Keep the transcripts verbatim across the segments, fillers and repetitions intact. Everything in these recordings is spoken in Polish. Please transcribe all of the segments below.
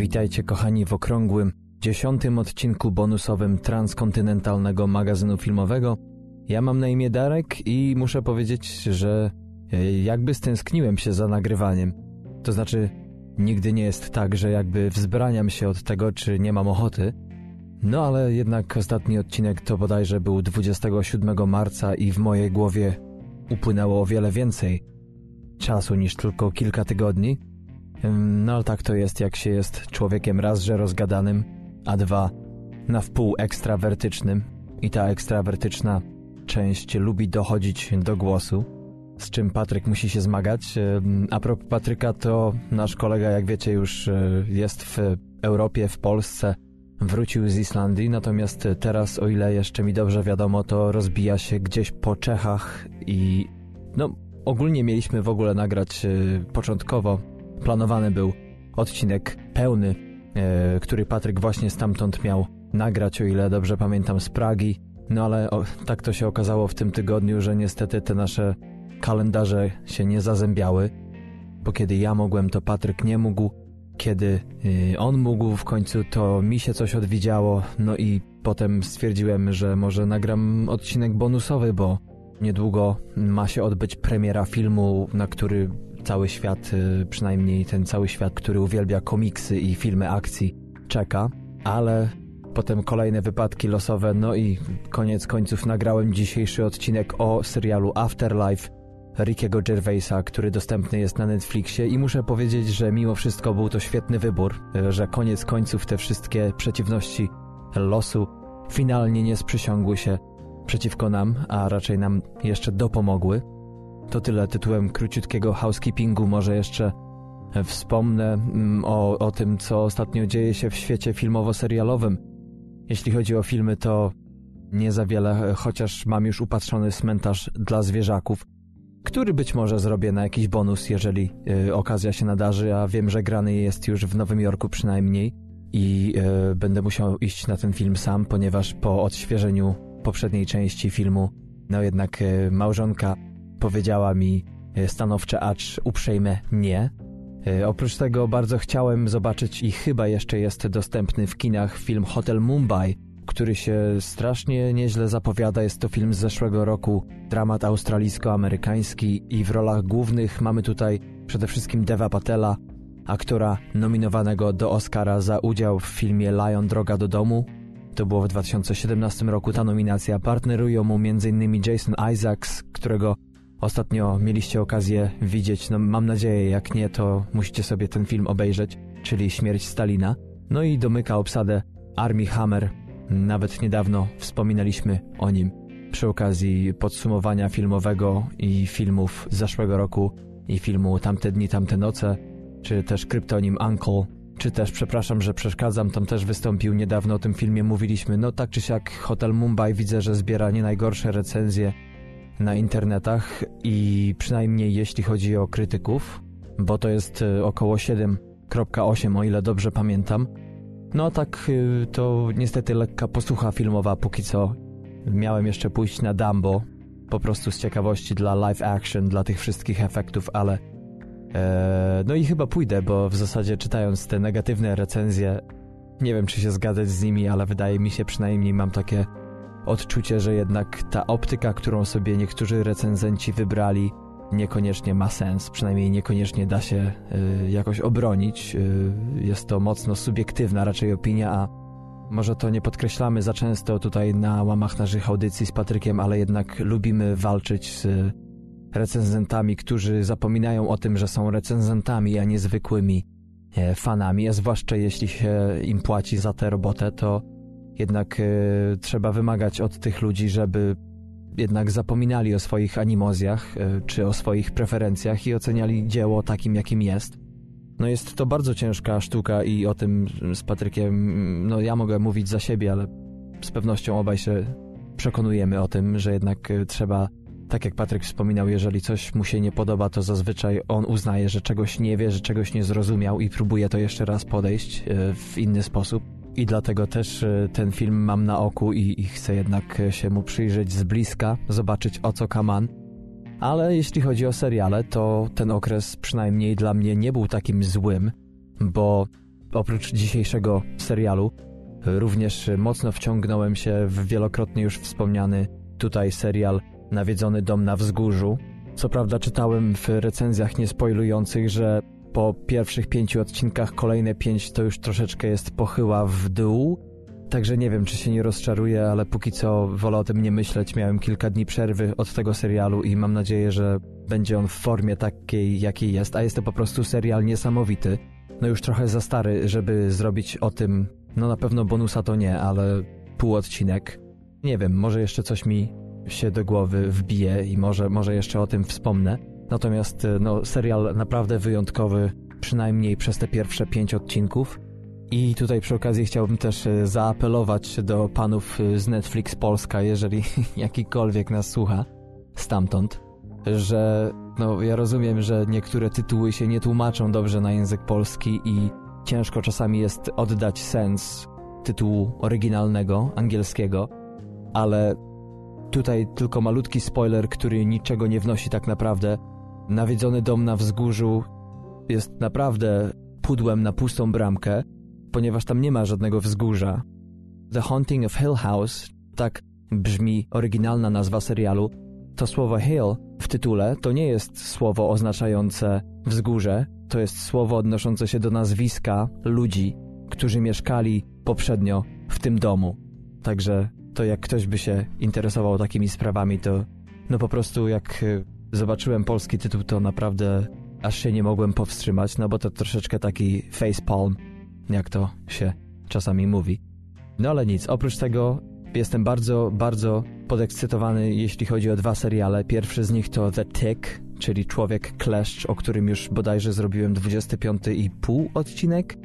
Witajcie kochani w okrągłym, dziesiątym odcinku bonusowym transkontynentalnego magazynu filmowego. Ja mam na imię Darek i muszę powiedzieć, że jakby stęskniłem się za nagrywaniem. To znaczy, nigdy nie jest tak, że jakby wzbraniam się od tego, czy nie mam ochoty. No ale jednak ostatni odcinek to bodajże był dwudziestego siódmego marca i w mojej głowie upłynęło o wiele więcej czasu niż tylko kilka tygodni. No ale tak to jest, jak się jest człowiekiem raz, że rozgadanym, a dwa na wpół ekstrawertycznym i ta ekstrawertyczna część lubi dochodzić do głosu, z czym Patryk musi się zmagać. A propos Patryka, to nasz kolega, jak wiecie, już jest w Europie, w Polsce, wrócił z Islandii, natomiast teraz, o ile jeszcze mi dobrze wiadomo, to rozbija się gdzieś po Czechach i no ogólnie mieliśmy w ogóle nagrać początkowo. Planowany był odcinek pełny, e, który Patryk właśnie stamtąd miał nagrać, o ile dobrze pamiętam, z Pragi. No ale o, tak to się okazało w tym tygodniu, że niestety te nasze kalendarze się nie zazębiały, bo kiedy ja mogłem, to Patryk nie mógł. Kiedy y, on mógł w końcu, to mi się coś odwidziało. No i potem stwierdziłem, że może nagram odcinek bonusowy, bo niedługo ma się odbyć premiera filmu, na który cały świat, przynajmniej ten cały świat, który uwielbia komiksy i filmy akcji, czeka, ale potem kolejne wypadki losowe, no i koniec końców nagrałem dzisiejszy odcinek o serialu Afterlife Rickiego Gervaisa, który dostępny jest na Netflixie i muszę powiedzieć, że mimo wszystko był to świetny wybór, że koniec końców te wszystkie przeciwności losu finalnie nie sprzysiągły się przeciwko nam, a raczej nam jeszcze dopomogły. To tyle tytułem króciutkiego housekeepingu. Może jeszcze wspomnę o, o tym, co ostatnio dzieje się w świecie filmowo-serialowym. Jeśli chodzi o filmy, to nie za wiele, chociaż mam już upatrzony Cmentarz dla zwierzaków, który być może zrobię na jakiś bonus, jeżeli y, okazja się nadarzy, a wiem, że grany jest już w Nowym Jorku przynajmniej i y, będę musiał iść na ten film sam, ponieważ po odświeżeniu poprzedniej części filmu, no jednak y, małżonka powiedziała mi stanowcze, acz uprzejme nie. E, oprócz tego bardzo chciałem zobaczyć i chyba jeszcze jest dostępny w kinach film Hotel Mumbai, który się strasznie nieźle zapowiada. Jest to film z zeszłego roku, dramat australijsko-amerykański i w rolach głównych mamy tutaj przede wszystkim Deva Patela, aktora nominowanego do Oscara za udział w filmie Lion Droga do domu. To było w dwa tysiące siedemnastym roku ta nominacja. Partnerują mu między innymi Jason Isaacs, którego ostatnio mieliście okazję widzieć, no mam nadzieję, jak nie, to musicie sobie ten film obejrzeć, czyli Śmierć Stalina. No i domyka obsadę Armie Hammer. Nawet niedawno wspominaliśmy o nim przy okazji podsumowania filmowego i filmów z zeszłego roku i filmu Tamte dni, tamte noce, czy też kryptonim Uncle, czy też, przepraszam, że przeszkadzam, tam też wystąpił niedawno, o tym filmie mówiliśmy. No tak czy siak Hotel Mumbai widzę, że zbiera nie najgorsze recenzje na internetach i przynajmniej jeśli chodzi o krytyków, bo to jest około siedem przecinek osiem, o ile dobrze pamiętam. No a tak to niestety lekka posłucha filmowa póki co. Miałem jeszcze pójść na Dumbo, po prostu z ciekawości dla live action, dla tych wszystkich efektów, ale e, no i chyba pójdę, bo w zasadzie czytając te negatywne recenzje, nie wiem czy się zgadzać z nimi, ale wydaje mi się, przynajmniej mam takie odczucie, że jednak ta optyka, którą sobie niektórzy recenzenci wybrali, niekoniecznie ma sens, przynajmniej niekoniecznie da się y, jakoś obronić. Y, jest to mocno subiektywna raczej opinia, a może to nie podkreślamy za często tutaj na łamach naszych audycji z Patrykiem, ale jednak lubimy walczyć z recenzentami, którzy zapominają o tym, że są recenzentami, a nie zwykłymi e, fanami, a zwłaszcza jeśli się im płaci za tę robotę, to jednak y, trzeba wymagać od tych ludzi, żeby jednak zapominali o swoich animozjach y, czy o swoich preferencjach i oceniali dzieło takim, jakim jest. No jest to bardzo ciężka sztuka i o tym z Patrykiem, no ja mogę mówić za siebie, ale z pewnością obaj się przekonujemy o tym, że jednak y, trzeba, tak jak Patryk wspominał, jeżeli coś mu się nie podoba, to zazwyczaj on uznaje, że czegoś nie wie, że czegoś nie zrozumiał i próbuje to jeszcze raz podejść y, w inny sposób. I dlatego też ten film mam na oku i, i chcę jednak się mu przyjrzeć z bliska, zobaczyć o co kaman. Ale jeśli chodzi o seriale, to ten okres przynajmniej dla mnie nie był takim złym, bo oprócz dzisiejszego serialu również mocno wciągnąłem się w wielokrotnie już wspomniany tutaj serial Nawiedzony dom na wzgórzu. Co prawda czytałem w recenzjach niespoilujących, że po pierwszych pięciu odcinkach kolejne pięć to już troszeczkę jest pochyła w dół, także nie wiem, czy się nie rozczaruję, ale póki co wolę o tym nie myśleć. Miałem kilka dni przerwy od tego serialu i mam nadzieję, że będzie on w formie takiej, jakiej jest, a jest to po prostu serial niesamowity. No już trochę za stary, żeby zrobić o tym, no na pewno bonusa to nie, ale pół odcinek. Nie wiem, może jeszcze coś mi się do głowy wbije i może, może jeszcze o tym wspomnę. Natomiast no, serial naprawdę wyjątkowy, przynajmniej przez te pierwsze pięć odcinków. I tutaj przy okazji chciałbym też zaapelować do panów z Netflix Polska, jeżeli jakikolwiek nas słucha stamtąd, że no ja rozumiem, że niektóre tytuły się nie tłumaczą dobrze na język polski i ciężko czasami jest oddać sens tytułu oryginalnego, angielskiego, ale tutaj tylko malutki spoiler, który niczego nie wnosi tak naprawdę. Nawiedzony dom na wzgórzu jest naprawdę pudłem na pustą bramkę, ponieważ tam nie ma żadnego wzgórza. The Haunting of Hill House, tak brzmi oryginalna nazwa serialu. To słowo hill w tytule to nie jest słowo oznaczające wzgórze, to jest słowo odnoszące się do nazwiska ludzi, którzy mieszkali poprzednio w tym domu. Także to jak ktoś by się interesował takimi sprawami, to no po prostu jak zobaczyłem polski tytuł, to naprawdę aż się nie mogłem powstrzymać, no bo to troszeczkę taki facepalm, jak to się czasami mówi. No ale nic, oprócz tego jestem bardzo, bardzo podekscytowany, jeśli chodzi o dwa seriale. Pierwszy z nich to The Tick, czyli Człowiek Kleszcz, o którym już bodajże zrobiłem dwudziesty piąty i pół odcinek.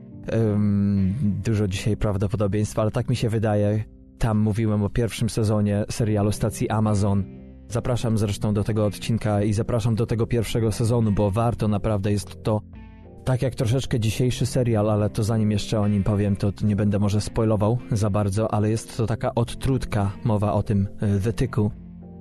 Um, dużo dzisiaj prawdopodobieństwa, ale tak mi się wydaje. Tam mówiłem o pierwszym sezonie serialu stacji Amazon. Zapraszam zresztą do tego odcinka i zapraszam do tego pierwszego sezonu, bo warto, naprawdę jest to tak jak troszeczkę dzisiejszy serial, ale to zanim jeszcze o nim powiem, to nie będę może spoilował za bardzo, ale jest to taka odtrutka, mowa o tym The Ticku,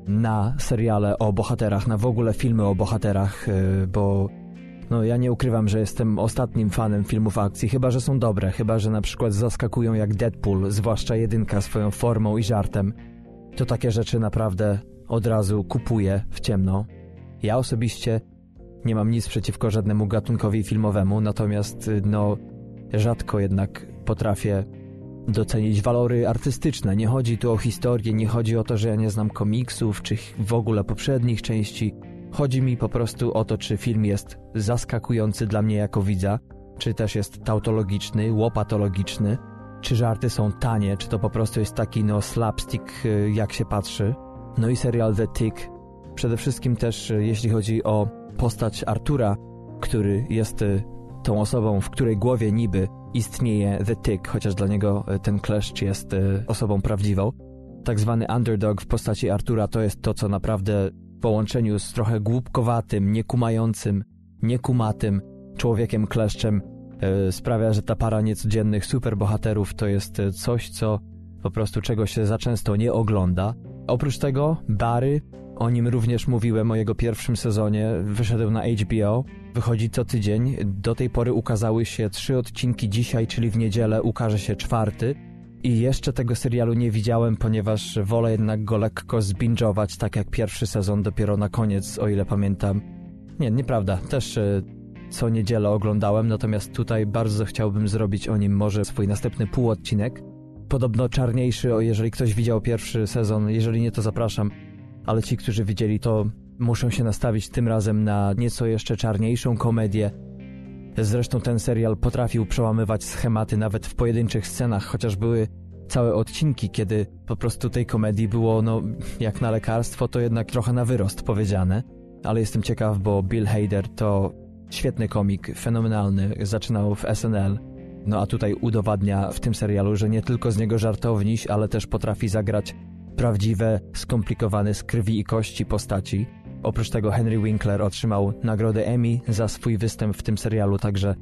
na seriale o bohaterach, na w ogóle filmy o bohaterach, bo no ja nie ukrywam, że jestem ostatnim fanem filmów akcji, chyba że są dobre, chyba że na przykład zaskakują jak Deadpool, zwłaszcza jedynka swoją formą i żartem. To takie rzeczy naprawdę od razu kupuję w ciemno. Ja osobiście nie mam nic przeciwko żadnemu gatunkowi filmowemu, natomiast no rzadko jednak potrafię docenić walory artystyczne. Nie chodzi tu o historię, nie chodzi o to, że ja nie znam komiksów, czy w ogóle poprzednich części. Chodzi mi po prostu o to, czy film jest zaskakujący dla mnie jako widza, czy też jest tautologiczny, łopatologiczny, czy żarty są tanie, czy to po prostu jest taki no slapstick, jak się patrzy. No i serial The Tick. Przede wszystkim też jeśli chodzi o postać Artura, który jest tą osobą, w której głowie niby istnieje The Tick, chociaż dla niego ten kleszcz jest osobą prawdziwą. Tak zwany underdog w postaci Artura to jest to, co naprawdę w połączeniu z trochę głupkowatym, niekumającym, niekumatym człowiekiem kleszczem yy, sprawia, że ta para niecodziennych superbohaterów to jest coś, co po prostu czego się za często nie ogląda. Oprócz tego Barry, o nim również mówiłem, o jego pierwszym sezonie, wyszedł na H B O, wychodzi co tydzień, do tej pory ukazały się trzy odcinki, dzisiaj, czyli w niedzielę ukaże się czwarty i jeszcze tego serialu nie widziałem, ponieważ wolę jednak go lekko zbinge'ować, tak jak pierwszy sezon dopiero na koniec, o ile pamiętam. Nie, nieprawda, też y, co niedzielę oglądałem, natomiast tutaj bardzo chciałbym zrobić o nim może swój następny półodcinek. Podobno czarniejszy, o jeżeli ktoś widział pierwszy sezon, jeżeli nie to zapraszam, ale ci, którzy widzieli to muszą się nastawić tym razem na nieco jeszcze czarniejszą komedię. Zresztą ten serial potrafił przełamywać schematy nawet w pojedynczych scenach, chociaż były całe odcinki, kiedy po prostu tej komedii było, no, jak na lekarstwo, to jednak trochę na wyrost powiedziane. Ale jestem ciekaw, bo Bill Hader to świetny komik, fenomenalny, zaczynał w S N L. No a tutaj udowadnia w tym serialu, że nie tylko z niego żartowniś, ale też potrafi zagrać prawdziwe, skomplikowane z krwi i kości postaci. Oprócz tego Henry Winkler otrzymał nagrodę Emmy za swój występ w tym serialu, także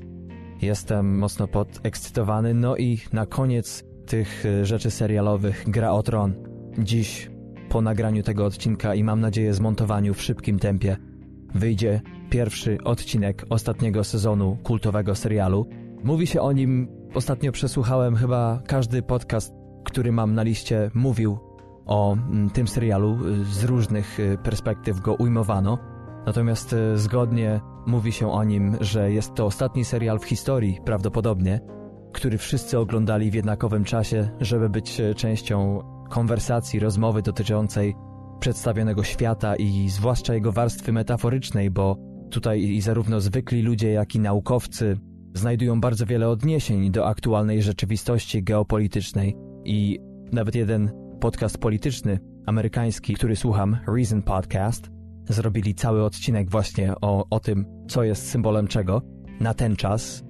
jestem mocno podekscytowany. No i na koniec tych rzeczy serialowych Gra o Tron. Dziś po nagraniu tego odcinka i mam nadzieję zmontowaniu w szybkim tempie wyjdzie pierwszy odcinek ostatniego sezonu kultowego serialu. Mówi się o nim, ostatnio przesłuchałem chyba każdy podcast, który mam na liście, mówił o tym serialu, z różnych perspektyw go ujmowano. Natomiast zgodnie mówi się o nim, że jest to ostatni serial w historii, prawdopodobnie, który wszyscy oglądali w jednakowym czasie, żeby być częścią konwersacji, rozmowy dotyczącej przedstawionego świata i zwłaszcza jego warstwy metaforycznej, bo tutaj i zarówno zwykli ludzie, jak i naukowcy znajdują bardzo wiele odniesień do aktualnej rzeczywistości geopolitycznej i nawet jeden podcast polityczny amerykański, który słucham, Reason Podcast, zrobili cały odcinek właśnie o, o tym, co jest symbolem czego na ten czas.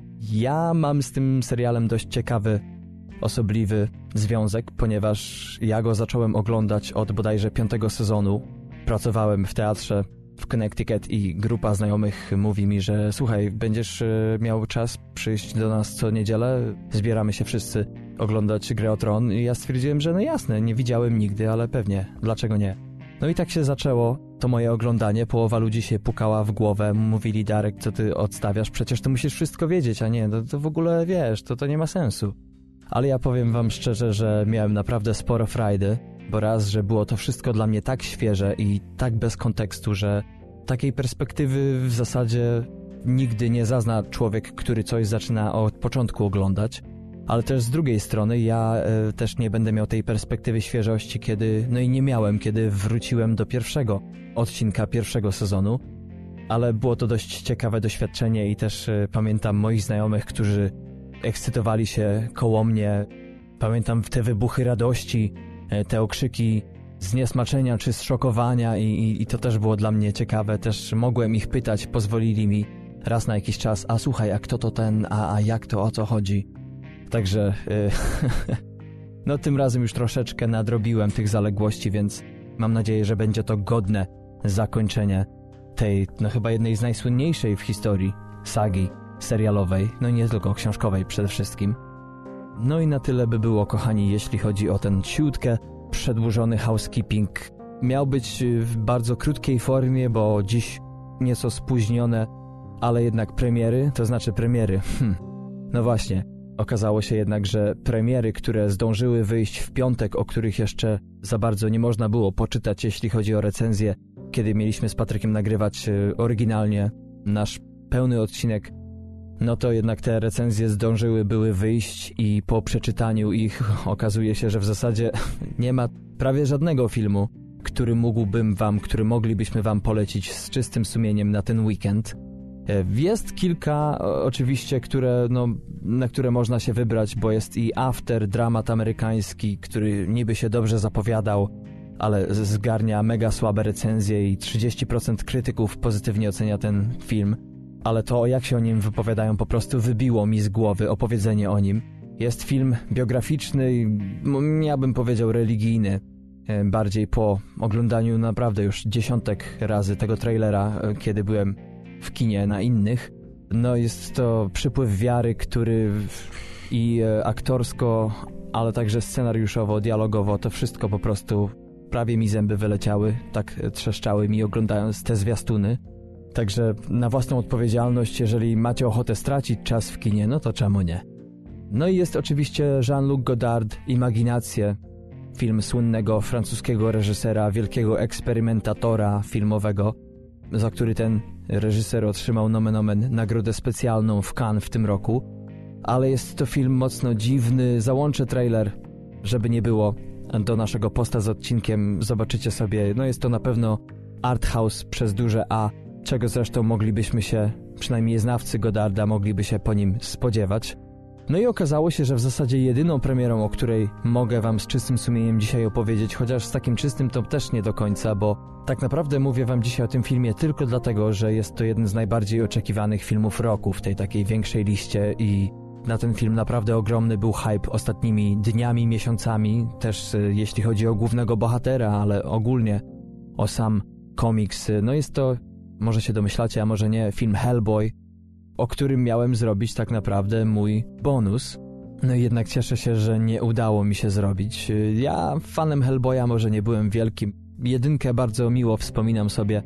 Ja mam z tym serialem dość ciekawy, osobliwy związek, ponieważ ja go zacząłem oglądać od bodajże piątego sezonu. Pracowałem w teatrze w Connecticut i grupa znajomych mówi mi, że słuchaj, będziesz miał czas przyjść do nas co niedzielę, zbieramy się wszyscy oglądać Grę o Tron i ja stwierdziłem, że no jasne, nie widziałem nigdy, ale pewnie, dlaczego nie? No i tak się zaczęło to moje oglądanie, połowa ludzi się pukała w głowę, mówili: Darek, co ty odstawiasz, przecież ty musisz wszystko wiedzieć, a nie, to, to w ogóle wiesz, to, to nie ma sensu. Ale ja powiem wam szczerze, że miałem naprawdę sporo frajdy, bo raz, że było to wszystko dla mnie tak świeże i tak bez kontekstu, że takiej perspektywy w zasadzie nigdy nie zazna człowiek, który coś zaczyna od początku oglądać. Ale też z drugiej strony ja e, też nie będę miał tej perspektywy świeżości, kiedy, no i nie miałem, kiedy wróciłem do pierwszego odcinka pierwszego sezonu, ale było to dość ciekawe doświadczenie i też e, pamiętam moich znajomych, którzy ekscytowali się koło mnie, pamiętam te wybuchy radości, e, te okrzyki zniesmaczenia czy zszokowania i, i, i to też było dla mnie ciekawe, też mogłem ich pytać, pozwolili mi raz na jakiś czas: a słuchaj, a kto to ten, a, a jak to, o co chodzi? Także yy, no tym razem już troszeczkę nadrobiłem tych zaległości, więc mam nadzieję, że będzie to godne zakończenie tej, no chyba jednej z najsłynniejszej w historii sagi serialowej, no nie tylko książkowej przede wszystkim. No i na tyle by było, kochani, jeśli chodzi o ten ciutkę przedłużony housekeeping. Miał być w bardzo krótkiej formie, bo dziś nieco spóźnione, ale jednak premiery, to znaczy premiery, hm, no właśnie. Okazało się jednak, że premiery, które zdążyły wyjść w piątek, o których jeszcze za bardzo nie można było poczytać, jeśli chodzi o recenzję, kiedy mieliśmy z Patrykiem nagrywać oryginalnie nasz pełny odcinek, no to jednak te recenzje zdążyły były wyjść i po przeczytaniu ich okazuje się, że w zasadzie nie ma prawie żadnego filmu, który mógłbym wam, który moglibyśmy wam polecić z czystym sumieniem na ten weekend. Jest kilka oczywiście, które, no, na które można się wybrać, bo jest i After, dramat amerykański, który niby się dobrze zapowiadał, ale zgarnia mega słabe recenzje i trzydzieści procent krytyków pozytywnie ocenia ten film. Ale to, jak się o nim wypowiadają, po prostu wybiło mi z głowy opowiedzenie o nim. Jest film biograficzny i ja bym powiedział religijny, bardziej po oglądaniu naprawdę już dziesiątek razy tego trailera, kiedy byłem w kinie na innych. No jest to przypływ wiary, który i aktorsko, ale także scenariuszowo, dialogowo, to wszystko po prostu prawie mi zęby wyleciały, tak trzeszczały mi oglądając te zwiastuny. Także na własną odpowiedzialność, jeżeli macie ochotę stracić czas w kinie, no to czemu nie? No i jest oczywiście Jean-Luc Godard, Imaginacje, film słynnego francuskiego reżysera, wielkiego eksperymentatora filmowego, za który ten reżyser otrzymał nomen omen nagrodę specjalną w Cannes w tym roku. Ale jest to film mocno dziwny. Załączę trailer, żeby nie było, do naszego posta z odcinkiem. Zobaczycie sobie, no jest to na pewno art house przez duże A, czego zresztą moglibyśmy się, przynajmniej znawcy Godarda, mogliby się po nim spodziewać. No i okazało się, że w zasadzie jedyną premierą, o której mogę wam z czystym sumieniem dzisiaj opowiedzieć, chociaż z takim czystym to też nie do końca, bo tak naprawdę mówię wam dzisiaj o tym filmie tylko dlatego, że jest to jeden z najbardziej oczekiwanych filmów roku w tej takiej większej liście i na ten film naprawdę ogromny był hype ostatnimi dniami, miesiącami, też jeśli chodzi o głównego bohatera, ale ogólnie o sam komiks. No jest to, może się domyślacie, a może nie, film Hellboy, o którym miałem zrobić tak naprawdę mój bonus. No i jednak cieszę się, że nie udało mi się zrobić. Ja fanem Hellboya może nie byłem wielkim. Jedynkę bardzo miło wspominam sobie.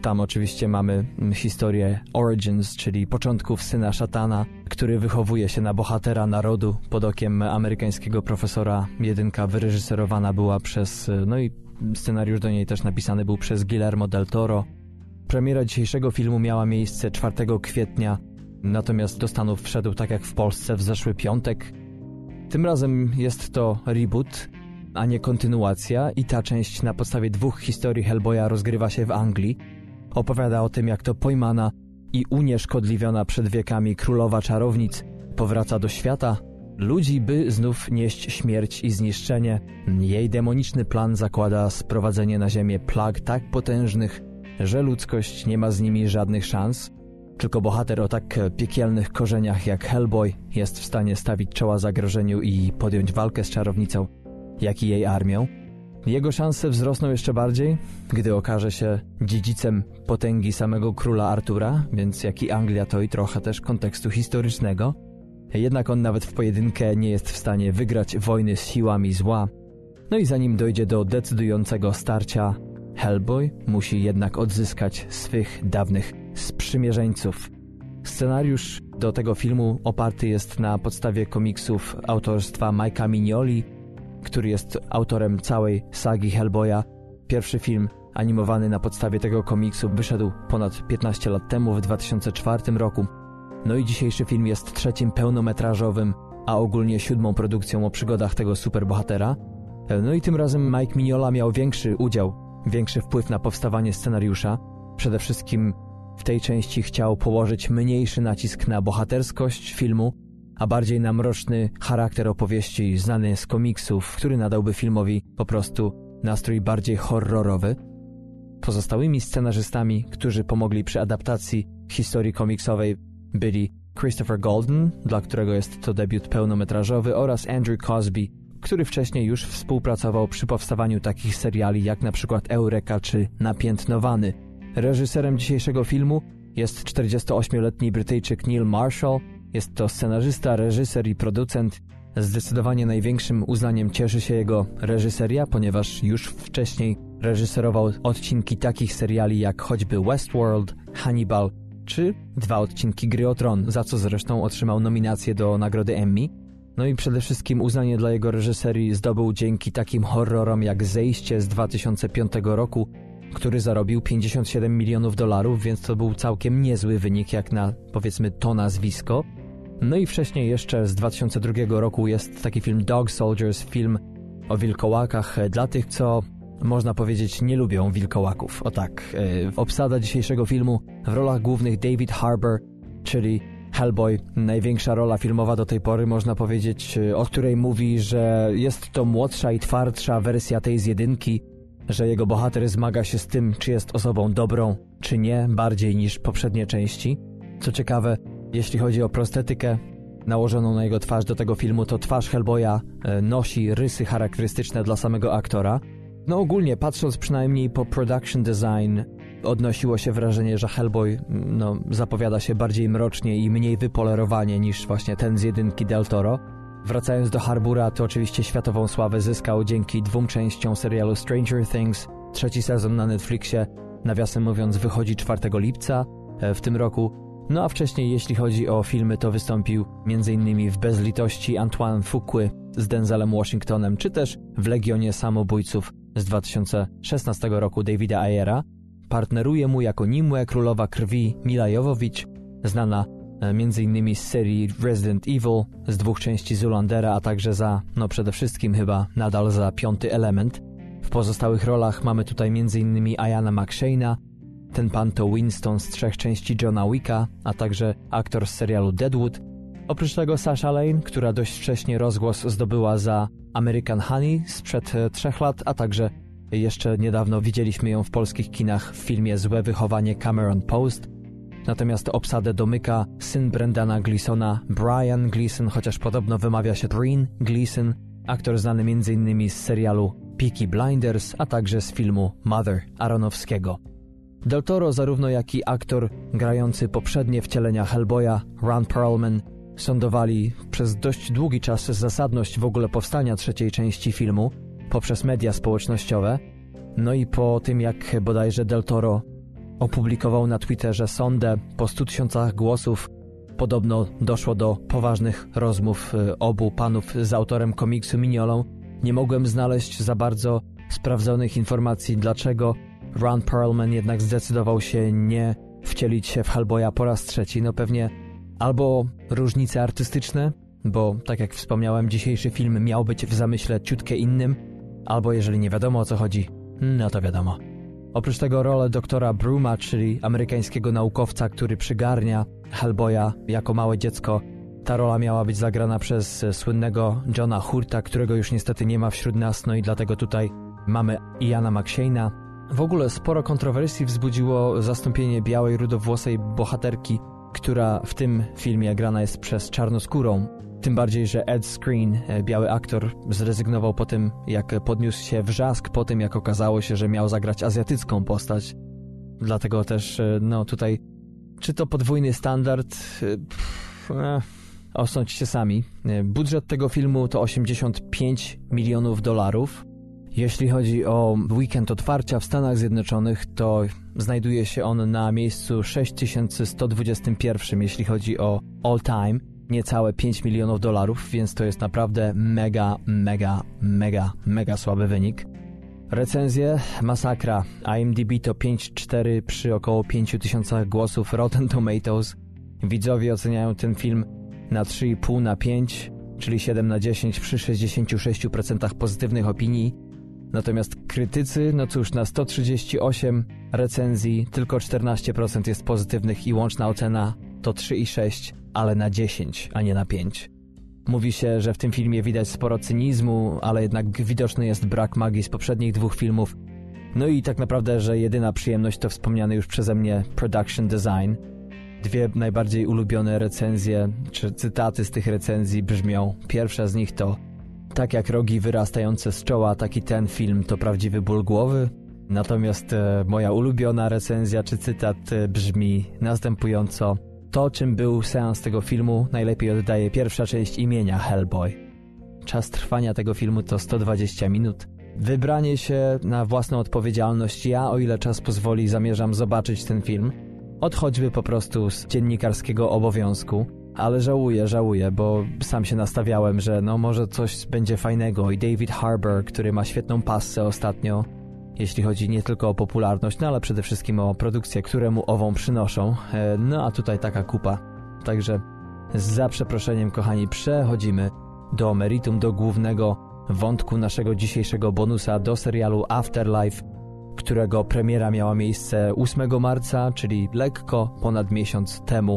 Tam oczywiście mamy historię Origins, czyli początków syna szatana, który wychowuje się na bohatera narodu pod okiem amerykańskiego profesora. Jedynka wyreżyserowana była przez, no i scenariusz do niej też napisany był przez Guillermo del Toro. Premiera dzisiejszego filmu miała miejsce czwartego kwietnia, natomiast do Stanów wszedł tak jak w Polsce w zeszły piątek. Tym razem jest to reboot, a nie kontynuacja i ta część na podstawie dwóch historii Hellboya rozgrywa się w Anglii. Opowiada o tym, jak to pojmana i unieszkodliwiona przed wiekami królowa czarownic powraca do świata ludzi, by znów nieść śmierć i zniszczenie. Jej demoniczny plan zakłada sprowadzenie na ziemię plag tak potężnych, że ludzkość nie ma z nimi żadnych szans. Tylko bohater o tak piekielnych korzeniach jak Hellboy jest w stanie stawić czoła zagrożeniu i podjąć walkę z czarownicą, jak i jej armią. Jego szanse wzrosną jeszcze bardziej, gdy okaże się dziedzicem potęgi samego króla Artura, więc jak i Anglia to i trochę też kontekstu historycznego. Jednak on nawet w pojedynkę nie jest w stanie wygrać wojny z siłami zła. No i zanim dojdzie do decydującego starcia, Hellboy musi jednak odzyskać swych dawnych sprzymierzeńców. Scenariusz do tego filmu oparty jest na podstawie komiksów autorstwa Mike'a Mignoli, który jest autorem całej sagi Hellboya. Pierwszy film animowany na podstawie tego komiksu wyszedł ponad piętnaście lat temu, w dwa tysiące czwartym roku. No i dzisiejszy film jest trzecim pełnometrażowym, a ogólnie siódmą produkcją o przygodach tego superbohatera. No i tym razem Mike Mignola miał większy udział, większy wpływ na powstawanie scenariusza. Przede wszystkim w tej części chciał położyć mniejszy nacisk na bohaterskość filmu, a bardziej na mroczny charakter opowieści znany z komiksów, który nadałby filmowi po prostu nastrój bardziej horrorowy. Pozostałymi scenarzystami, którzy pomogli przy adaptacji historii komiksowej, byli Christopher Golden, dla którego jest to debiut pełnometrażowy, oraz Andrew Cosby, który wcześniej już współpracował przy powstawaniu takich seriali jak na przykład Eureka czy Napiętnowany. Reżyserem dzisiejszego filmu jest czterdziestoośmioletni Brytyjczyk Neil Marshall. Jest to scenarzysta, reżyser i producent. Zdecydowanie największym uznaniem cieszy się jego reżyseria, ponieważ już wcześniej reżyserował odcinki takich seriali jak choćby Westworld, Hannibal czy dwa odcinki Gry o Tron, za co zresztą otrzymał nominację do nagrody Emmy. No i przede wszystkim uznanie dla jego reżyserii zdobył dzięki takim horrorom jak Zejście z dwa tysiące piątego roku, który zarobił pięćdziesiąt siedem milionów dolarów, więc to był całkiem niezły wynik jak na, powiedzmy, to nazwisko. No i wcześniej jeszcze z dwa tysiące drugiego roku jest taki film Dog Soldiers, film o wilkołakach dla tych, co można powiedzieć nie lubią wilkołaków. O tak, obsada dzisiejszego filmu w rolach głównych David Harbour, czyli Hellboy, największa rola filmowa do tej pory, można powiedzieć, o której mówi, że jest to młodsza i twardsza wersja tej z jedynki, że jego bohater zmaga się z tym, czy jest osobą dobrą, czy nie, bardziej niż poprzednie części. Co ciekawe, jeśli chodzi o prostetykę nałożoną na jego twarz do tego filmu, to twarz Hellboya nosi rysy charakterystyczne dla samego aktora. No ogólnie, patrząc przynajmniej po production design, odnosiło się wrażenie, że Hellboy no, zapowiada się bardziej mrocznie i mniej wypolerowanie niż właśnie ten z jedynki Del Toro. Wracając do Harboura, to oczywiście światową sławę zyskał dzięki dwóm częściom serialu Stranger Things. Trzeci sezon na Netflixie, nawiasem mówiąc, wychodzi czwartego lipca w tym roku. No a wcześniej, jeśli chodzi o filmy, to wystąpił między innymi w Bezlitości Antoine Fuqua z Denzelem Washingtonem, czy też w Legionie Samobójców z dwa tysiące szesnastego roku Davida Ayera. Partneruje mu jako Nimue, królowa krwi, Mila Jovovich, znana między innymi z serii Resident Evil, z dwóch części Zoolandera, a także za, no przede wszystkim chyba nadal za Piąty Element. W pozostałych rolach mamy tutaj między innymi Iana McShane'a, ten pan to Winston z trzech części Johna Wicka, a także aktor z serialu Deadwood. Oprócz tego Sasha Lane, która dość wcześnie rozgłos zdobyła za American Honey sprzed trzech lat, a także jeszcze niedawno widzieliśmy ją w polskich kinach w filmie Złe wychowanie Cameron Post. Natomiast obsadę domyka syn Brendana Gleesona, Brian Gleeson, chociaż podobno wymawia się Breen Gleeson, aktor znany m in z serialu Peaky Blinders, a także z filmu Mother Aronofskiego. Del Toro, zarówno jak i aktor grający poprzednie wcielenia Hellboya, Ron Perlman, sądowali przez dość długi czas zasadność w ogóle powstania trzeciej części filmu poprzez media społecznościowe. No i po tym, jak bodajże Del Toro opublikował na Twitterze sondę po stu tysiącach głosów. Podobno doszło do poważnych rozmów obu panów z autorem komiksu Mignolą. Nie mogłem znaleźć za bardzo sprawdzonych informacji, dlaczego Ron Perlman jednak zdecydował się nie wcielić się w Hellboya po raz trzeci. No pewnie albo różnice artystyczne, bo tak jak wspomniałem, dzisiejszy film miał być w zamyśle ciutkę innym, albo jeżeli nie wiadomo o co chodzi, no to wiadomo. Oprócz tego rolę doktora Bruma, czyli amerykańskiego naukowca, który przygarnia Hellboya jako małe dziecko, ta rola miała być zagrana przez słynnego Johna Hurta, którego już niestety nie ma wśród nas, no i dlatego tutaj mamy Iana McShane'a. W ogóle sporo kontrowersji wzbudziło zastąpienie białej, rudowłosej bohaterki, która w tym filmie grana jest przez czarnoskórą. Tym bardziej, że Ed Skrein, biały aktor, zrezygnował po tym, jak podniósł się wrzask, po tym, jak okazało się, że miał zagrać azjatycką postać. Dlatego też, no tutaj, czy to podwójny standard? Pff, eh, osądźcie sami. Budżet tego filmu to osiemdziesiąt pięć milionów dolarów. Jeśli chodzi o weekend otwarcia w Stanach Zjednoczonych, to znajduje się on na miejscu sześć tysięcy sto dwudziestym pierwszym, jeśli chodzi o all time. Niecałe pięć milionów dolarów, więc to jest naprawdę mega, mega, mega, mega słaby wynik. Recenzje, masakra. IMDb to pięć przecinek cztery przy około pięć tysięcy głosów. Rotten Tomatoes. Widzowie oceniają ten film na trzy i pół na pięć, czyli siedem na dziesięć przy sześćdziesiąt sześć procent pozytywnych opinii. Natomiast krytycy, no cóż, na sto trzydzieści osiem recenzji tylko czternaście procent jest pozytywnych i łączna ocena to trzy i sześć, ale na dziesięć, a nie na pięć. Mówi się, że w tym filmie widać sporo cynizmu, ale jednak widoczny jest brak magii z poprzednich dwóch filmów. No i tak naprawdę, że jedyna przyjemność to wspomniany już przeze mnie production design. Dwie najbardziej ulubione recenzje, czy cytaty z tych recenzji brzmią. Pierwsza z nich to: tak jak rogi wyrastające z czoła, taki ten film to prawdziwy ból głowy. Natomiast e, moja ulubiona recenzja czy cytat e, brzmi następująco: to, czym był seans tego filmu, najlepiej oddaje pierwsza część imienia Hellboy. Czas trwania tego filmu to sto dwadzieścia minut. Wybranie się na własną odpowiedzialność. Ja, o ile czas pozwoli, zamierzam zobaczyć ten film. Od choćby po prostu z dziennikarskiego obowiązku. Ale żałuję, żałuję, bo sam się nastawiałem, że no może coś będzie fajnego i David Harbour, który ma świetną passę ostatnio, jeśli chodzi nie tylko o popularność, no ale przede wszystkim o produkcję, które mu ową przynoszą. No a tutaj taka kupa. Także za przeproszeniem, kochani, przechodzimy do meritum, do głównego wątku naszego dzisiejszego bonusa, do serialu Afterlife, którego premiera miała miejsce ósmego marca, czyli lekko ponad miesiąc temu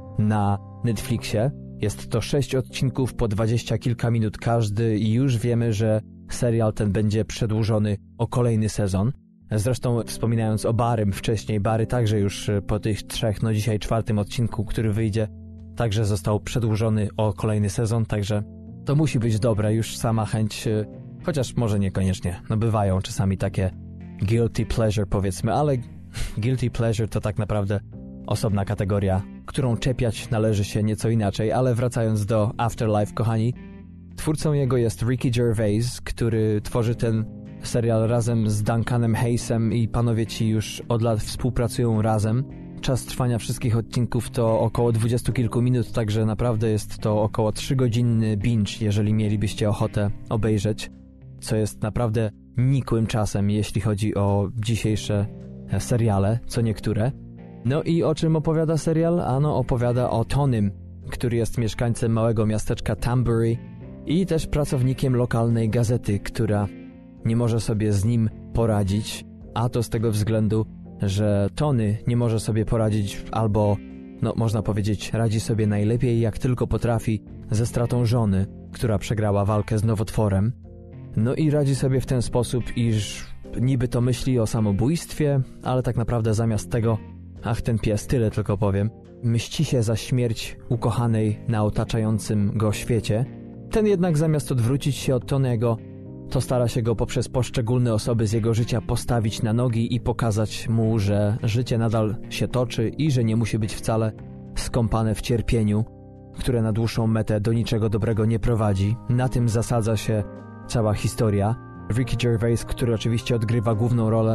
na Netflixie. Jest to sześć odcinków po dwadzieścia kilka minut każdy i już wiemy, że serial ten będzie przedłużony o kolejny sezon. Zresztą wspominając o Barrym wcześniej, Barry także już po tych trzech, no dzisiaj czwartym odcinku, który wyjdzie, także został przedłużony o kolejny sezon, także to musi być dobre, już sama chęć, chociaż może niekoniecznie, no bywają czasami takie guilty pleasure powiedzmy, ale guilty pleasure to tak naprawdę osobna kategoria, którą czepiać należy się nieco inaczej, ale wracając do Afterlife, kochani, twórcą jego jest Ricky Gervais, który tworzy ten serial razem z Duncanem Hayesem i panowie ci już od lat współpracują razem. Czas trwania wszystkich odcinków to około dwudziestu kilku minut, także naprawdę jest to około trzygodzinny binge, jeżeli mielibyście ochotę obejrzeć, co jest naprawdę nikłym czasem, jeśli chodzi o dzisiejsze seriale, co niektóre. No i o czym opowiada serial? Ano opowiada o Tonym, który jest mieszkańcem małego miasteczka Tambury i też pracownikiem lokalnej gazety, która nie może sobie z nim poradzić, a to z tego względu, że Tony nie może sobie poradzić albo, no można powiedzieć, radzi sobie najlepiej jak tylko potrafi ze stratą żony, która przegrała walkę z nowotworem. No i radzi sobie w ten sposób, iż niby to myśli o samobójstwie, ale tak naprawdę zamiast tego, ach ten pies, tyle tylko powiem, mści się za śmierć ukochanej na otaczającym go świecie. Ten jednak zamiast odwrócić się od Tonego, to stara się go poprzez poszczególne osoby z jego życia postawić na nogi i pokazać mu, że życie nadal się toczy i że nie musi być wcale skąpane w cierpieniu, które na dłuższą metę do niczego dobrego nie prowadzi. Na tym zasadza się cała historia. Ricky Gervais, który oczywiście odgrywa główną rolę,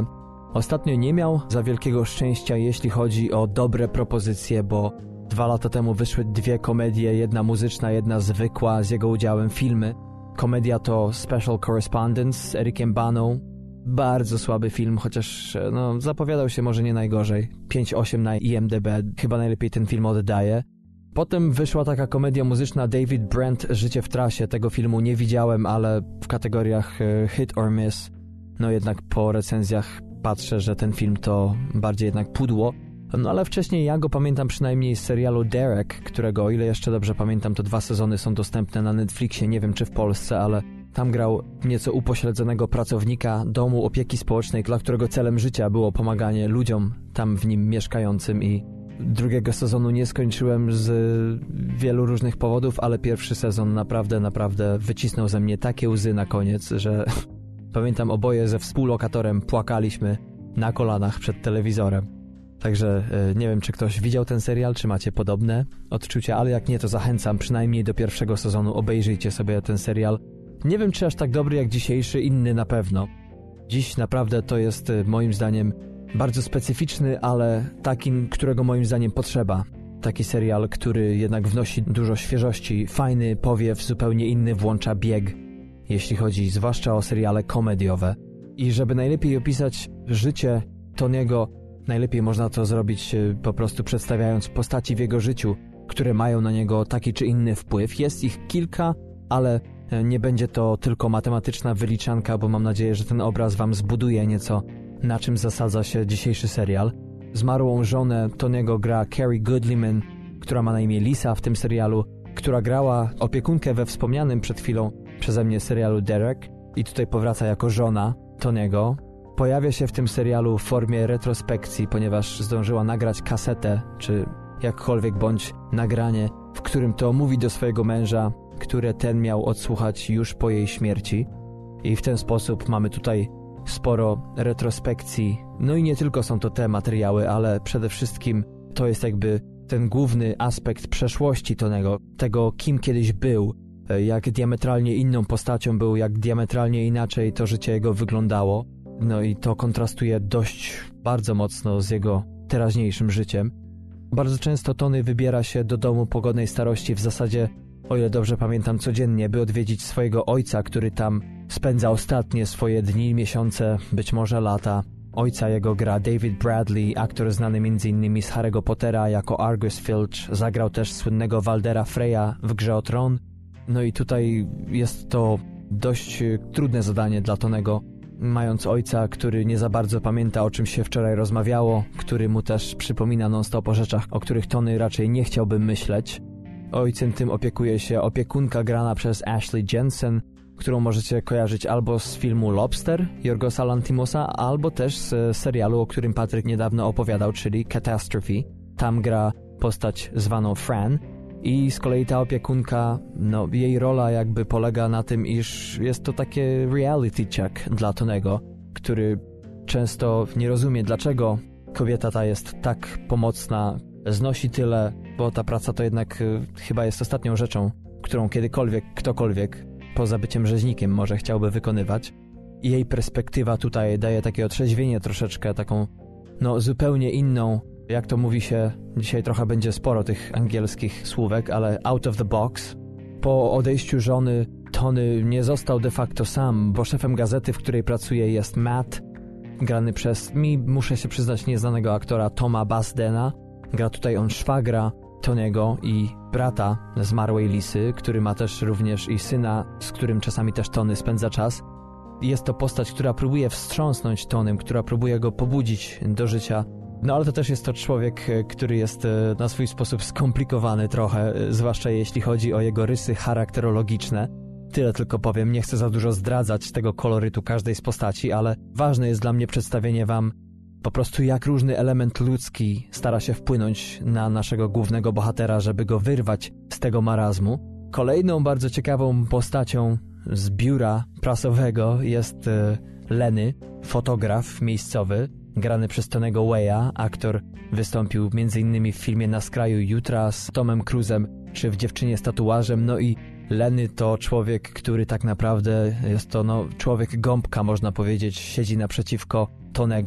ostatnio nie miał za wielkiego szczęścia, jeśli chodzi o dobre propozycje, bo dwa lata temu wyszły dwie komedie, jedna muzyczna, jedna zwykła, z jego udziałem filmy. Komedia to Special Correspondence z Ericiem Baną. Bardzo słaby film, chociaż no, zapowiadał się może nie najgorzej. pięć osiem na I M D B, chyba najlepiej ten film oddaje. Potem wyszła taka komedia muzyczna David Brent, Życie w trasie. Tego filmu nie widziałem, ale w kategoriach hit or miss, no jednak po recenzjach patrzę, że ten film to bardziej jednak pudło. No ale wcześniej ja go pamiętam przynajmniej z serialu Derek, którego, o ile jeszcze dobrze pamiętam, to dwa sezony są dostępne na Netflixie, nie wiem czy w Polsce, ale tam grał nieco upośledzonego pracownika domu opieki społecznej, dla którego celem życia było pomaganie ludziom tam w nim mieszkającym i drugiego sezonu nie skończyłem z wielu różnych powodów, ale pierwszy sezon naprawdę, naprawdę wycisnął ze mnie takie łzy na koniec, że pamiętam oboje ze współlokatorem płakaliśmy na kolanach przed telewizorem. Także nie wiem, czy ktoś widział ten serial, czy macie podobne odczucia, ale jak nie, to zachęcam przynajmniej do pierwszego sezonu, obejrzyjcie sobie ten serial. Nie wiem, czy aż tak dobry jak dzisiejszy, inny na pewno. Dziś naprawdę to jest moim zdaniem bardzo specyficzny, ale taki, którego moim zdaniem potrzeba. Taki serial, który jednak wnosi dużo świeżości, fajny powiew, zupełnie inny, włącza bieg, jeśli chodzi zwłaszcza o seriale komediowe. I żeby najlepiej opisać życie Tony'ego, najlepiej można to zrobić po prostu przedstawiając postaci w jego życiu, które mają na niego taki czy inny wpływ. Jest ich kilka, ale nie będzie to tylko matematyczna wyliczanka, bo mam nadzieję, że ten obraz wam zbuduje nieco, na czym zasadza się dzisiejszy serial. Zmarłą żonę Tony'ego gra Carey Goodliman, która ma na imię Lisa w tym serialu, która grała opiekunkę we wspomnianym przed chwilą przeze mnie serialu Derek i tutaj powraca jako żona Tony'ego. Pojawia się w tym serialu w formie retrospekcji, ponieważ zdążyła nagrać kasetę, czy jakkolwiek bądź nagranie, w którym to mówi do swojego męża, które ten miał odsłuchać już po jej śmierci. I w ten sposób mamy tutaj sporo retrospekcji. No i nie tylko są to te materiały, ale przede wszystkim to jest jakby ten główny aspekt przeszłości Tony'ego, tego kim kiedyś był, jak diametralnie inną postacią był, jak diametralnie inaczej to życie jego wyglądało. No i to kontrastuje dość bardzo mocno z jego teraźniejszym życiem. Bardzo często Tony wybiera się do domu pogodnej starości w zasadzie, o ile dobrze pamiętam, codziennie, by odwiedzić swojego ojca, który tam spędza ostatnie swoje dni, miesiące, być może lata. Ojca jego gra David Bradley, aktor znany między innymi z Harry'ego Pottera jako Argus Filch, zagrał też słynnego Waldera Freya w Grze o Tron. No i tutaj jest to dość trudne zadanie dla Tonego, mając ojca, który nie za bardzo pamięta, o czym się wczoraj rozmawiało, który mu też przypomina non-stop o rzeczach, o których Tony raczej nie chciałby myśleć. Ojcem tym opiekuje się opiekunka grana przez Ashley Jensen, którą możecie kojarzyć albo z filmu Lobster Jorgosa Lanthimosa, albo też z serialu, o którym Patryk niedawno opowiadał, czyli Catastrophe. Tam gra postać zwaną Fran. I z kolei ta opiekunka, no jej rola jakby polega na tym, iż jest to takie reality check dla Tonego, który często nie rozumie, dlaczego kobieta ta jest tak pomocna, znosi tyle, bo ta praca to jednak y, chyba jest ostatnią rzeczą, którą kiedykolwiek, ktokolwiek, poza byciem rzeźnikiem może chciałby wykonywać. I jej perspektywa tutaj daje takie otrzeźwienie troszeczkę, taką no zupełnie inną, jak to mówi się, dzisiaj trochę będzie sporo tych angielskich słówek, ale out of the box. Po odejściu żony Tony nie został de facto sam, bo szefem gazety, w której pracuje, jest Matt, grany przez, mi muszę się przyznać, nieznanego aktora Toma Basdena. Gra tutaj on szwagra Tony'ego i brata zmarłej Lisy, który ma też również i syna, z którym czasami też Tony spędza czas. Jest to postać, która próbuje wstrząsnąć Tonym, która próbuje go pobudzić do życia. No ale to też jest to człowiek, który jest na swój sposób skomplikowany trochę, zwłaszcza jeśli chodzi o jego rysy charakterologiczne. Tyle tylko powiem, nie chcę za dużo zdradzać tego kolorytu każdej z postaci, ale ważne jest dla mnie przedstawienie wam po prostu jak różny element ludzki stara się wpłynąć na naszego głównego bohatera, żeby go wyrwać z tego marazmu. Kolejną bardzo ciekawą postacią z biura prasowego jest e, Lenny, fotograf miejscowy, grany przez Tonego Way'a. Aktor wystąpił między innymi w filmie Na skraju jutra z Tomem Cruise'em, czy w Dziewczynie z tatuażem. No i Lenny to człowiek, który tak naprawdę jest to no, człowiek gąbka, można powiedzieć, siedzi naprzeciwko Tonego.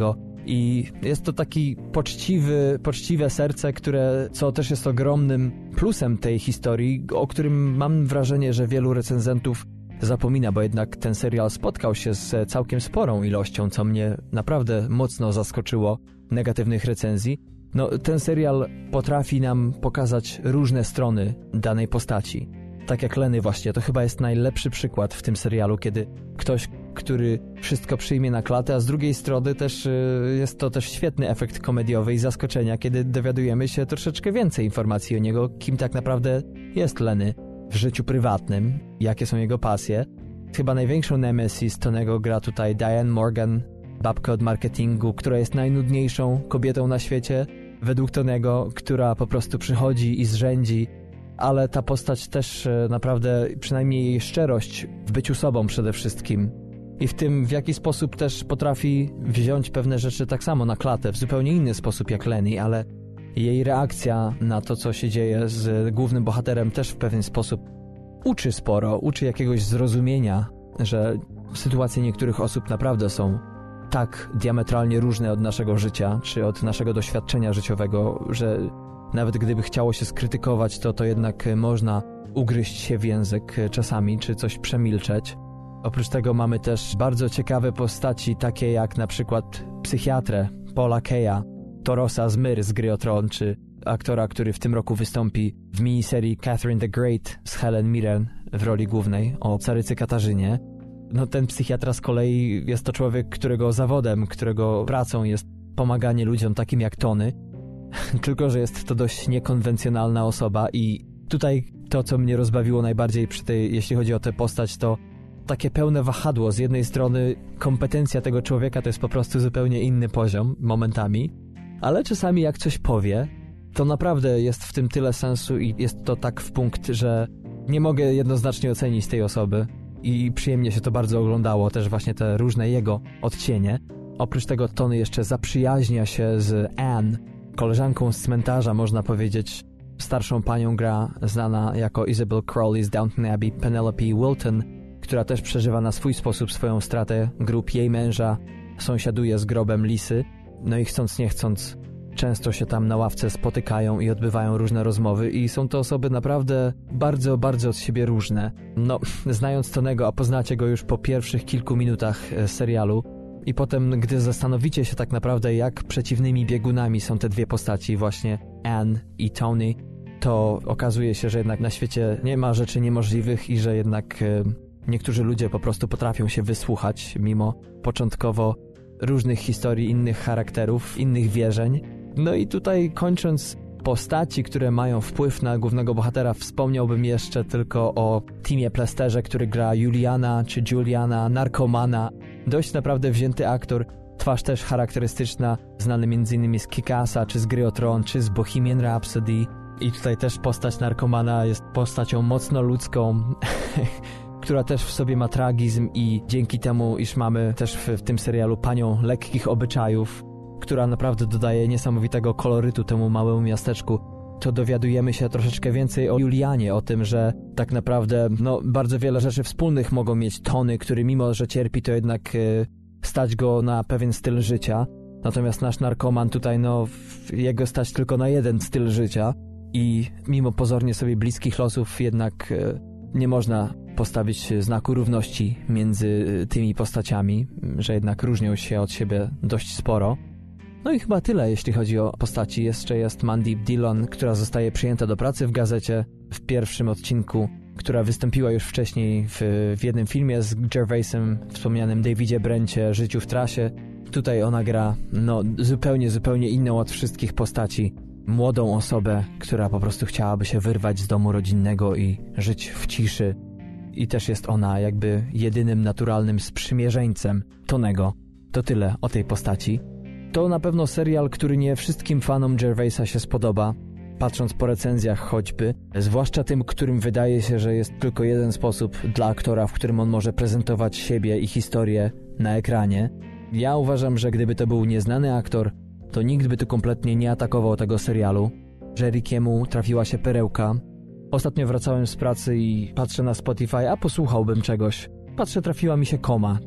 I jest to taki poczciwy, poczciwe serce, które, co też jest ogromnym plusem tej historii, o którym mam wrażenie, że wielu recenzentów zapomina, bo jednak ten serial spotkał się z całkiem sporą ilością, co mnie naprawdę mocno zaskoczyło, negatywnych recenzji. No, ten serial potrafi nam pokazać różne strony danej postaci. Tak jak Lenny właśnie, to chyba jest najlepszy przykład w tym serialu, kiedy ktoś, który wszystko przyjmie na klatę, a z drugiej strony też y, jest to też świetny efekt komediowy i zaskoczenia, kiedy dowiadujemy się troszeczkę więcej informacji o niego, kim tak naprawdę jest Lenny w życiu prywatnym, jakie są jego pasje. Chyba największą nemesis Tonego gra tutaj Diane Morgan, babka od marketingu, która jest najnudniejszą kobietą na świecie, według Tonego, która po prostu przychodzi i zrzędzi, ale ta postać też naprawdę, przynajmniej jej szczerość w byciu sobą przede wszystkim i w tym, w jaki sposób też potrafi wziąć pewne rzeczy tak samo na klatę, w zupełnie inny sposób jak Lenny, ale jej reakcja na to, co się dzieje z głównym bohaterem, też w pewien sposób uczy sporo, uczy jakiegoś zrozumienia, że sytuacje niektórych osób naprawdę są tak diametralnie różne od naszego życia, czy od naszego doświadczenia życiowego, że nawet gdyby chciało się skrytykować, to to jednak można ugryźć się w język czasami, czy coś przemilczeć. Oprócz tego mamy też bardzo ciekawe postaci, takie jak na przykład psychiatrę Paula Keya, Torosa z Myr z Gry o Tron, czy aktora, który w tym roku wystąpi w miniserii Catherine the Great z Helen Mirren w roli głównej o carycy Katarzynie. No ten psychiatra z kolei jest to człowiek, którego zawodem, którego pracą jest pomaganie ludziom takim jak Tony, tylko że jest to dość niekonwencjonalna osoba i tutaj to, co mnie rozbawiło najbardziej przy tej, jeśli chodzi o tę postać, to takie pełne wahadło. Z jednej strony kompetencja tego człowieka to jest po prostu zupełnie inny poziom momentami, ale czasami jak coś powie, to naprawdę jest w tym tyle sensu i jest to tak w punkt, że nie mogę jednoznacznie ocenić tej osoby i przyjemnie się to bardzo oglądało, też właśnie te różne jego odcienie. Oprócz tego Tony jeszcze zaprzyjaźnia się z Anne, koleżanką z cmentarza, można powiedzieć. Starszą panią gra znana jako Isabel Crowley z Downton Abbey, Penelope Wilton, która też przeżywa na swój sposób swoją stratę. Grób jej męża sąsiaduje z grobem Lisy, no i chcąc nie chcąc często się tam na ławce spotykają i odbywają różne rozmowy i są to osoby naprawdę bardzo, bardzo od siebie różne. No, znając Tonego, a poznacie go już po pierwszych kilku minutach serialu i potem, gdy zastanowicie się tak naprawdę, jak przeciwnymi biegunami są te dwie postaci, właśnie Anne i Tony, to okazuje się, że jednak na świecie nie ma rzeczy niemożliwych i że jednak e, niektórzy ludzie po prostu potrafią się wysłuchać, mimo początkowo różnych historii, innych charakterów, innych wierzeń. No i tutaj kończąc postaci, które mają wpływ na głównego bohatera, wspomniałbym jeszcze tylko o Timie Plesterze, który gra Juliana czy Juliana, narkomana. Dość naprawdę wzięty aktor, twarz też charakterystyczna, znany m.in. z Kick-Assa, czy z Gry o Tron, czy z Bohemian Rhapsody. I tutaj też postać narkomana jest postacią mocno ludzką, która też w sobie ma tragizm i dzięki temu, iż mamy też w, w tym serialu panią lekkich obyczajów, która naprawdę dodaje niesamowitego kolorytu temu małemu miasteczku, to dowiadujemy się troszeczkę więcej o Julianie, o tym, że tak naprawdę no, bardzo wiele rzeczy wspólnych mogą mieć Tony, który mimo, że cierpi, to jednak y, stać go na pewien styl życia. Natomiast nasz narkoman tutaj, no, jego stać tylko na jeden styl życia i mimo pozornie sobie bliskich losów jednak y, nie można postawić znaku równości między tymi postaciami, że jednak różnią się od siebie dość sporo. No i chyba tyle, jeśli chodzi o postaci. Jeszcze jest Mandy Dillon, która zostaje przyjęta do pracy w gazecie w pierwszym odcinku, która wystąpiła już wcześniej w, w jednym filmie z Gervaisem, wspomnianym Davidzie Brencie, Życiu w trasie. Tutaj ona gra no zupełnie, zupełnie inną od wszystkich postaci. Młodą osobę, która po prostu chciałaby się wyrwać z domu rodzinnego i żyć w ciszy. I też jest ona jakby jedynym naturalnym sprzymierzeńcem Tonego. To tyle o tej postaci. To na pewno serial, który nie wszystkim fanom Gervaisa się spodoba, patrząc po recenzjach choćby, zwłaszcza tym, którym wydaje się, że jest tylko jeden sposób dla aktora, w którym on może prezentować siebie i historię na ekranie. Ja uważam, że gdyby to był nieznany aktor, to nikt by tu kompletnie nie atakował tego serialu, że Rickiemu trafiła się perełka. Ostatnio wracałem z pracy i patrzę na Spotify, a posłuchałbym czegoś. Patrzę, trafiła mi się Koma.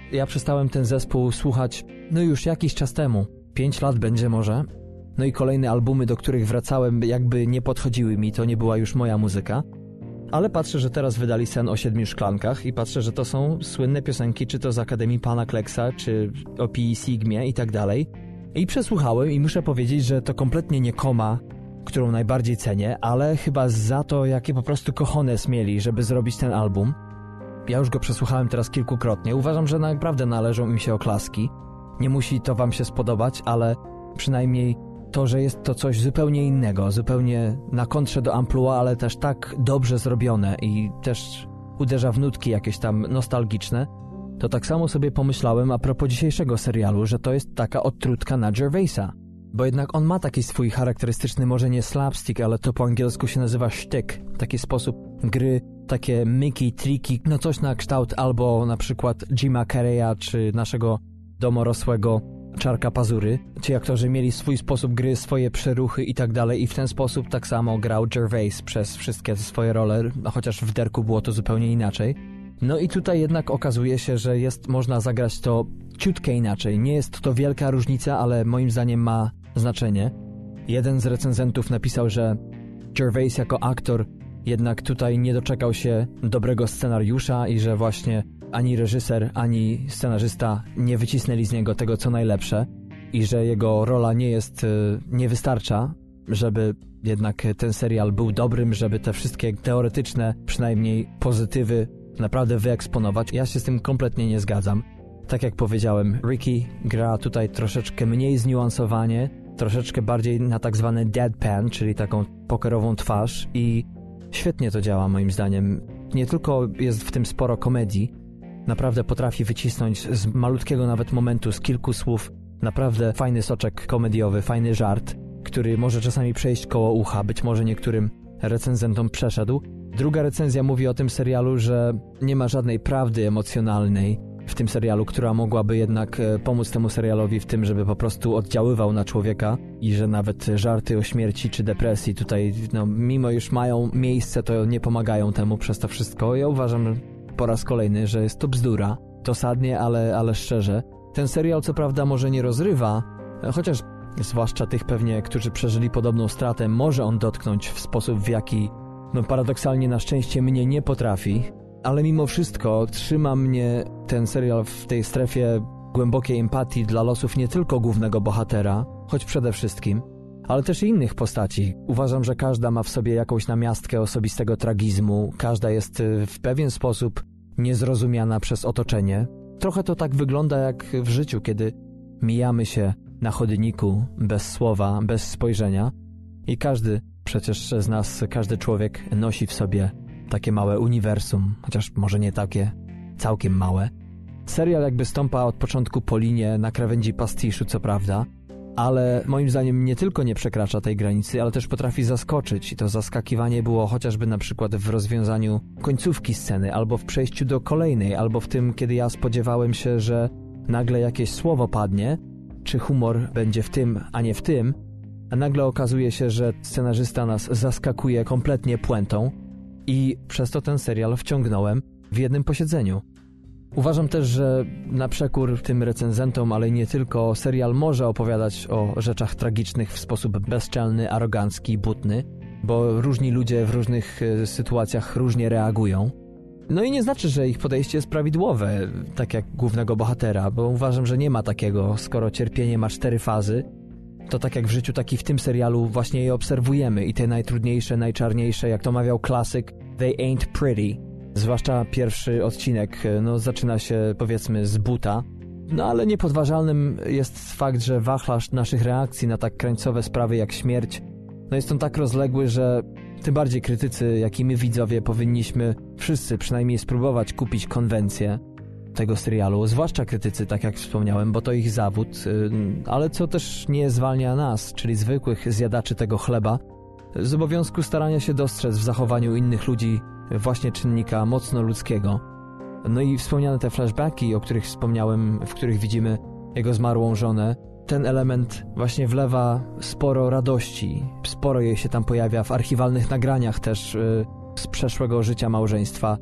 ja przestałem ten zespół słuchać, no już jakiś czas temu. Pięć lat będzie może. No i kolejne albumy, do których wracałem, jakby nie podchodziły mi, to nie była już moja muzyka. Ale patrzę, że teraz wydali Sen o siedmiu szklankach i patrzę, że to są słynne piosenki, czy to z Akademii Pana Kleksa, czy o Pi Sigmie i tak dalej. I przesłuchałem i muszę powiedzieć, że to kompletnie nie Koma, którą najbardziej cenię, ale chyba za to, jakie po prostu cojones mieli, żeby zrobić ten album. Ja już go przesłuchałem teraz kilkukrotnie. Uważam, że naprawdę należą im się oklaski. Nie musi to wam się spodobać, ale przynajmniej to, że jest to coś zupełnie innego, zupełnie na kontrze do amplua, ale też tak dobrze zrobione i też uderza w nutki jakieś tam nostalgiczne, to tak samo sobie pomyślałem a propos dzisiejszego serialu, że to jest taka odtrutka na Gervaisa. Bo jednak on ma taki swój charakterystyczny, może nie slapstick, ale to po angielsku się nazywa shtick. Taki sposób gry, takie myki, triki, no coś na kształt albo na przykład Jima Carreya czy naszego domorosłego Czarka Pazury. Ci aktorzy mieli swój sposób gry, swoje przeruchy i tak dalej i w ten sposób tak samo grał Gervais przez wszystkie swoje role, chociaż w Derku było to zupełnie inaczej. No i tutaj jednak okazuje się, że jest można zagrać to ciutkę inaczej. Nie jest to wielka różnica, ale moim zdaniem ma znaczenie. Jeden z recenzentów napisał, że Gervais jako aktor jednak tutaj nie doczekał się dobrego scenariusza i że właśnie ani reżyser, ani scenarzysta nie wycisnęli z niego tego, co najlepsze i że jego rola nie jest, nie wystarcza, żeby jednak ten serial był dobrym, żeby te wszystkie teoretyczne, przynajmniej pozytywy naprawdę wyeksponować. Ja się z tym kompletnie nie zgadzam. Tak jak powiedziałem, Ricky gra tutaj troszeczkę mniej zniuansowanie, troszeczkę bardziej na tak zwany deadpan, czyli taką pokerową twarz i świetnie to działa moim zdaniem. Nie tylko jest w tym sporo komedii, naprawdę potrafi wycisnąć z malutkiego nawet momentu, z kilku słów, naprawdę fajny soczek komediowy, fajny żart, który może czasami przejść koło ucha, być może niektórym recenzentom przeszedł. Druga recenzja mówi o tym serialu, że nie ma żadnej prawdy emocjonalnej w tym serialu, która mogłaby jednak pomóc temu serialowi w tym, żeby po prostu oddziaływał na człowieka i że nawet żarty o śmierci czy depresji tutaj, no mimo już mają miejsce, to nie pomagają temu przez to wszystko. Ja uważam po raz kolejny, że jest to bzdura. Dosadnie, ale, ale szczerze. Ten serial co prawda może nie rozrywa, chociaż zwłaszcza tych pewnie, którzy przeżyli podobną stratę, może on dotknąć w sposób, w jaki no paradoksalnie na szczęście mnie nie potrafi, ale mimo wszystko trzyma mnie ten serial w tej strefie głębokiej empatii dla losów nie tylko głównego bohatera, choć przede wszystkim, ale też i innych postaci. Uważam, że każda ma w sobie jakąś namiastkę osobistego tragizmu, każda jest w pewien sposób niezrozumiana przez otoczenie. Trochę to tak wygląda jak w życiu, kiedy mijamy się na chodniku bez słowa, bez spojrzenia i każdy przecież z nas, każdy człowiek nosi w sobie takie małe uniwersum, chociaż może nie takie całkiem małe. Serial jakby stąpa od początku po linie na krawędzi pastiszu, co prawda, ale moim zdaniem nie tylko nie przekracza tej granicy, ale też potrafi zaskoczyć i to zaskakiwanie było chociażby na przykład w rozwiązaniu końcówki sceny, albo w przejściu do kolejnej, albo w tym, kiedy ja spodziewałem się, że nagle jakieś słowo padnie, czy humor będzie w tym, a nie w tym, a nagle okazuje się, że scenarzysta nas zaskakuje kompletnie puentą i przez to ten serial wciągnąłem w jednym posiedzeniu. Uważam też, że na przekór tym recenzentom, ale nie tylko, serial może opowiadać o rzeczach tragicznych w sposób bezczelny, arogancki, butny, bo różni ludzie w różnych sytuacjach różnie reagują. No i nie znaczy, że ich podejście jest prawidłowe, tak jak głównego bohatera, bo uważam, że nie ma takiego, skoro cierpienie ma cztery fazy, to tak jak w życiu, tak i w tym serialu właśnie je obserwujemy i te najtrudniejsze, najczarniejsze, jak to mawiał klasyk, they ain't pretty. Zwłaszcza pierwszy odcinek, no zaczyna się powiedzmy z buta, no ale niepodważalnym jest fakt, że wachlarz naszych reakcji na tak krańcowe sprawy jak śmierć, no jest on tak rozległy, że tym bardziej krytycy, jak i my widzowie powinniśmy wszyscy przynajmniej spróbować kupić konwencję tego serialu, zwłaszcza krytycy, tak jak wspomniałem, bo to ich zawód, ale co też nie zwalnia nas, czyli zwykłych zjadaczy tego chleba, z obowiązku starania się dostrzec w zachowaniu innych ludzi właśnie czynnika mocno ludzkiego. No i wspomniane te flashbacki, o których wspomniałem, w których widzimy jego zmarłą żonę, ten element właśnie wlewa sporo radości, sporo jej się tam pojawia w archiwalnych nagraniach też yy, z przeszłego życia małżeństwa.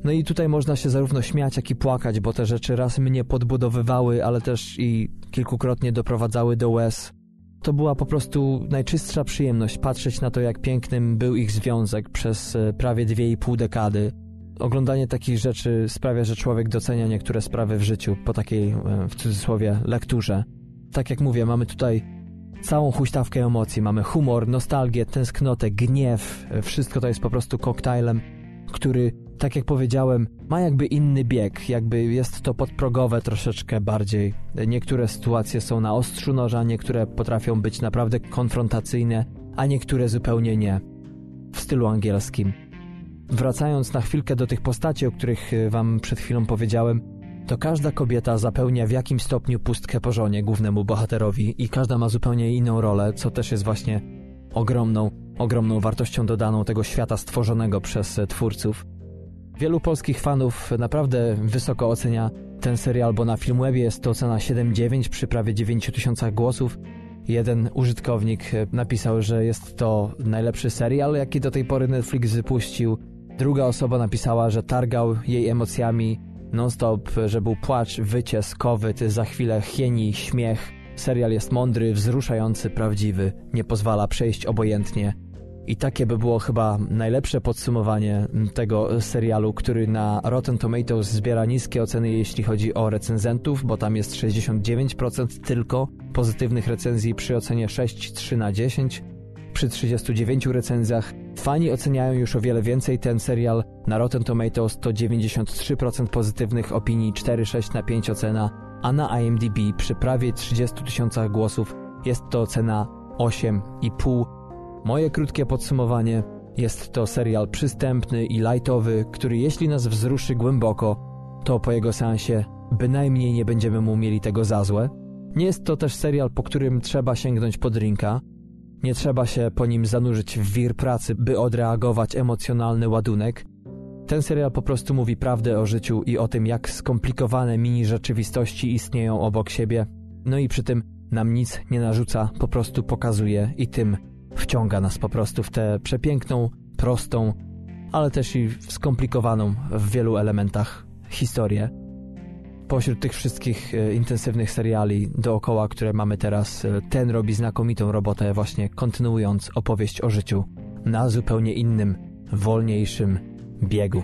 No i tutaj można się zarówno śmiać, jak i płakać, bo te rzeczy raz mnie podbudowywały, ale też i kilkukrotnie doprowadzały do łez. To była po prostu najczystsza przyjemność patrzeć na to, jak pięknym był ich związek przez prawie dwie i pół dekady. Oglądanie takich rzeczy sprawia, że człowiek docenia niektóre sprawy w życiu po takiej, w cudzysłowie, lekturze. Tak jak mówię, mamy tutaj całą huśtawkę emocji. Mamy humor, nostalgię, tęsknotę, gniew. Wszystko to jest po prostu koktajlem, który, tak jak powiedziałem, ma jakby inny bieg. Jakby jest to podprogowe troszeczkę bardziej. Niektóre sytuacje są na ostrzu noża, niektóre potrafią być naprawdę konfrontacyjne, a niektóre zupełnie nie. W stylu angielskim. Wracając na chwilkę do tych postaci, o których wam przed chwilą powiedziałem, to każda kobieta zapełnia w jakimś stopniu pustkę po żonie głównemu bohaterowi i każda ma zupełnie inną rolę, co też jest właśnie ogromną, ogromną wartością dodaną tego świata stworzonego przez twórców. Wielu polskich fanów naprawdę wysoko ocenia ten serial, bo na Filmwebie jest to ocena siedem dziewięć przy prawie dziewięciu tysiącach głosów. Jeden użytkownik napisał, że jest to najlepszy serial, jaki do tej pory Netflix wypuścił. Druga osoba napisała, że targał jej emocjami non-stop, że był płacz, wycie, skowyt, za chwilę hieni, śmiech. Serial jest mądry, wzruszający, prawdziwy, nie pozwala przejść obojętnie. I takie by było chyba najlepsze podsumowanie tego serialu, który na Rotten Tomatoes zbiera niskie oceny, jeśli chodzi o recenzentów, bo tam jest sześćdziesiąt dziewięć procent tylko pozytywnych recenzji przy ocenie sześć przecinek trzy na dziesięć. Przy trzydziestu dziewięciu recenzjach fani oceniają już o wiele więcej ten serial. Na Rotten Tomatoes to dziewięćdziesiąt trzy procent pozytywnych opinii, cztery przecinek sześć na pięć ocena, a na I M D B przy prawie trzydziestu tysiącach głosów jest to ocena osiem i pół. Moje krótkie podsumowanie: jest to serial przystępny i lightowy, który jeśli nas wzruszy głęboko, to po jego seansie bynajmniej nie będziemy mu mieli tego za złe. Nie jest to też serial, po którym trzeba sięgnąć po drinka. Nie trzeba się po nim zanurzyć w wir pracy, by odreagować emocjonalny ładunek. Ten serial po prostu mówi prawdę o życiu i o tym, jak skomplikowane mini rzeczywistości istnieją obok siebie. No i przy tym nam nic nie narzuca, po prostu pokazuje i tym wciąga nas po prostu w tę przepiękną, prostą, ale też i skomplikowaną w wielu elementach historię. Pośród tych wszystkich e, intensywnych seriali dookoła, które mamy teraz, e, ten robi znakomitą robotę, właśnie kontynuując opowieść o życiu na zupełnie innym, wolniejszym biegu.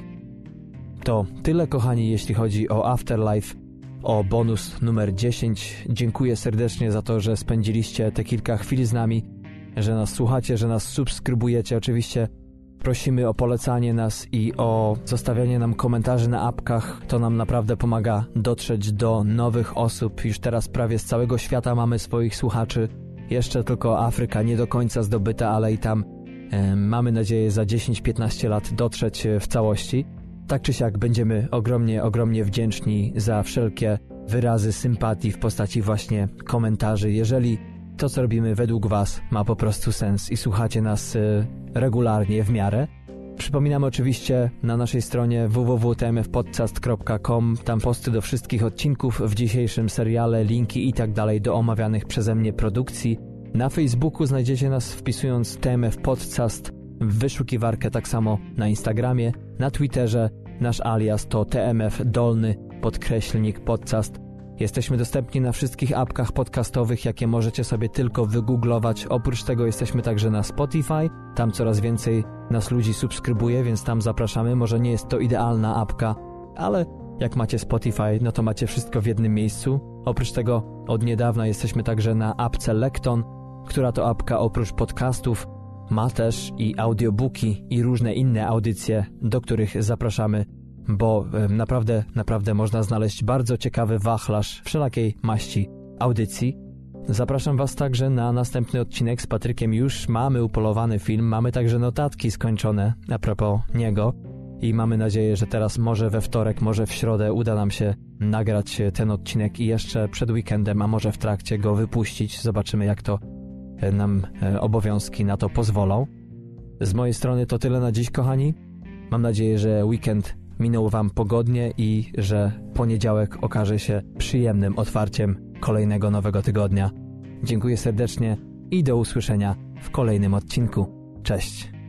To tyle, kochani, jeśli chodzi o Afterlife, o bonus numer dziesięć. Dziękuję serdecznie za to, że spędziliście te kilka chwil z nami, że nas słuchacie, że nas subskrybujecie. Oczywiście prosimy o polecanie nas i o zostawianie nam komentarzy na apkach. To nam naprawdę pomaga dotrzeć do nowych osób. Już teraz prawie z całego świata mamy swoich słuchaczy. Jeszcze tylko Afryka nie do końca zdobyta, ale i tam e, mamy nadzieję za dziesięć piętnaście lat dotrzeć w całości. Tak czy siak będziemy ogromnie, ogromnie wdzięczni za wszelkie wyrazy sympatii w postaci właśnie komentarzy. Jeżeli to, co robimy według was, ma po prostu sens i słuchacie nas y, regularnie w miarę. Przypominam oczywiście na naszej stronie w w w kropka t m f podcast kropka com, tam posty do wszystkich odcinków w dzisiejszym seriale, linki i tak dalej do omawianych przeze mnie produkcji. Na Facebooku znajdziecie nas wpisując T M F Podcast w wyszukiwarkę, tak samo na Instagramie, na Twitterze nasz alias to T M F dolny podkreślnik podcast. Jesteśmy dostępni na wszystkich apkach podcastowych, jakie możecie sobie tylko wygooglować. Oprócz tego jesteśmy także na Spotify. Tam coraz więcej nas ludzi subskrybuje, więc tam zapraszamy. Może nie jest to idealna apka, ale jak macie Spotify, no to macie wszystko w jednym miejscu. Oprócz tego od niedawna jesteśmy także na apce Lekton, która to apka oprócz podcastów ma też i audiobooki i różne inne audycje, do których zapraszamy, bo naprawdę, naprawdę można znaleźć bardzo ciekawy wachlarz wszelakiej maści audycji. Zapraszam was także na następny odcinek z Patrykiem. Już mamy upolowany film, mamy także notatki skończone a propos niego i mamy nadzieję, że teraz może we wtorek, może w środę uda nam się nagrać ten odcinek i jeszcze przed weekendem, a może w trakcie go wypuścić. Zobaczymy, jak to nam obowiązki na to pozwolą. Z mojej strony to tyle na dziś, kochani. Mam nadzieję, że weekend minął wam pogodnie i że poniedziałek okaże się przyjemnym otwarciem kolejnego nowego tygodnia. Dziękuję serdecznie i do usłyszenia w kolejnym odcinku. Cześć!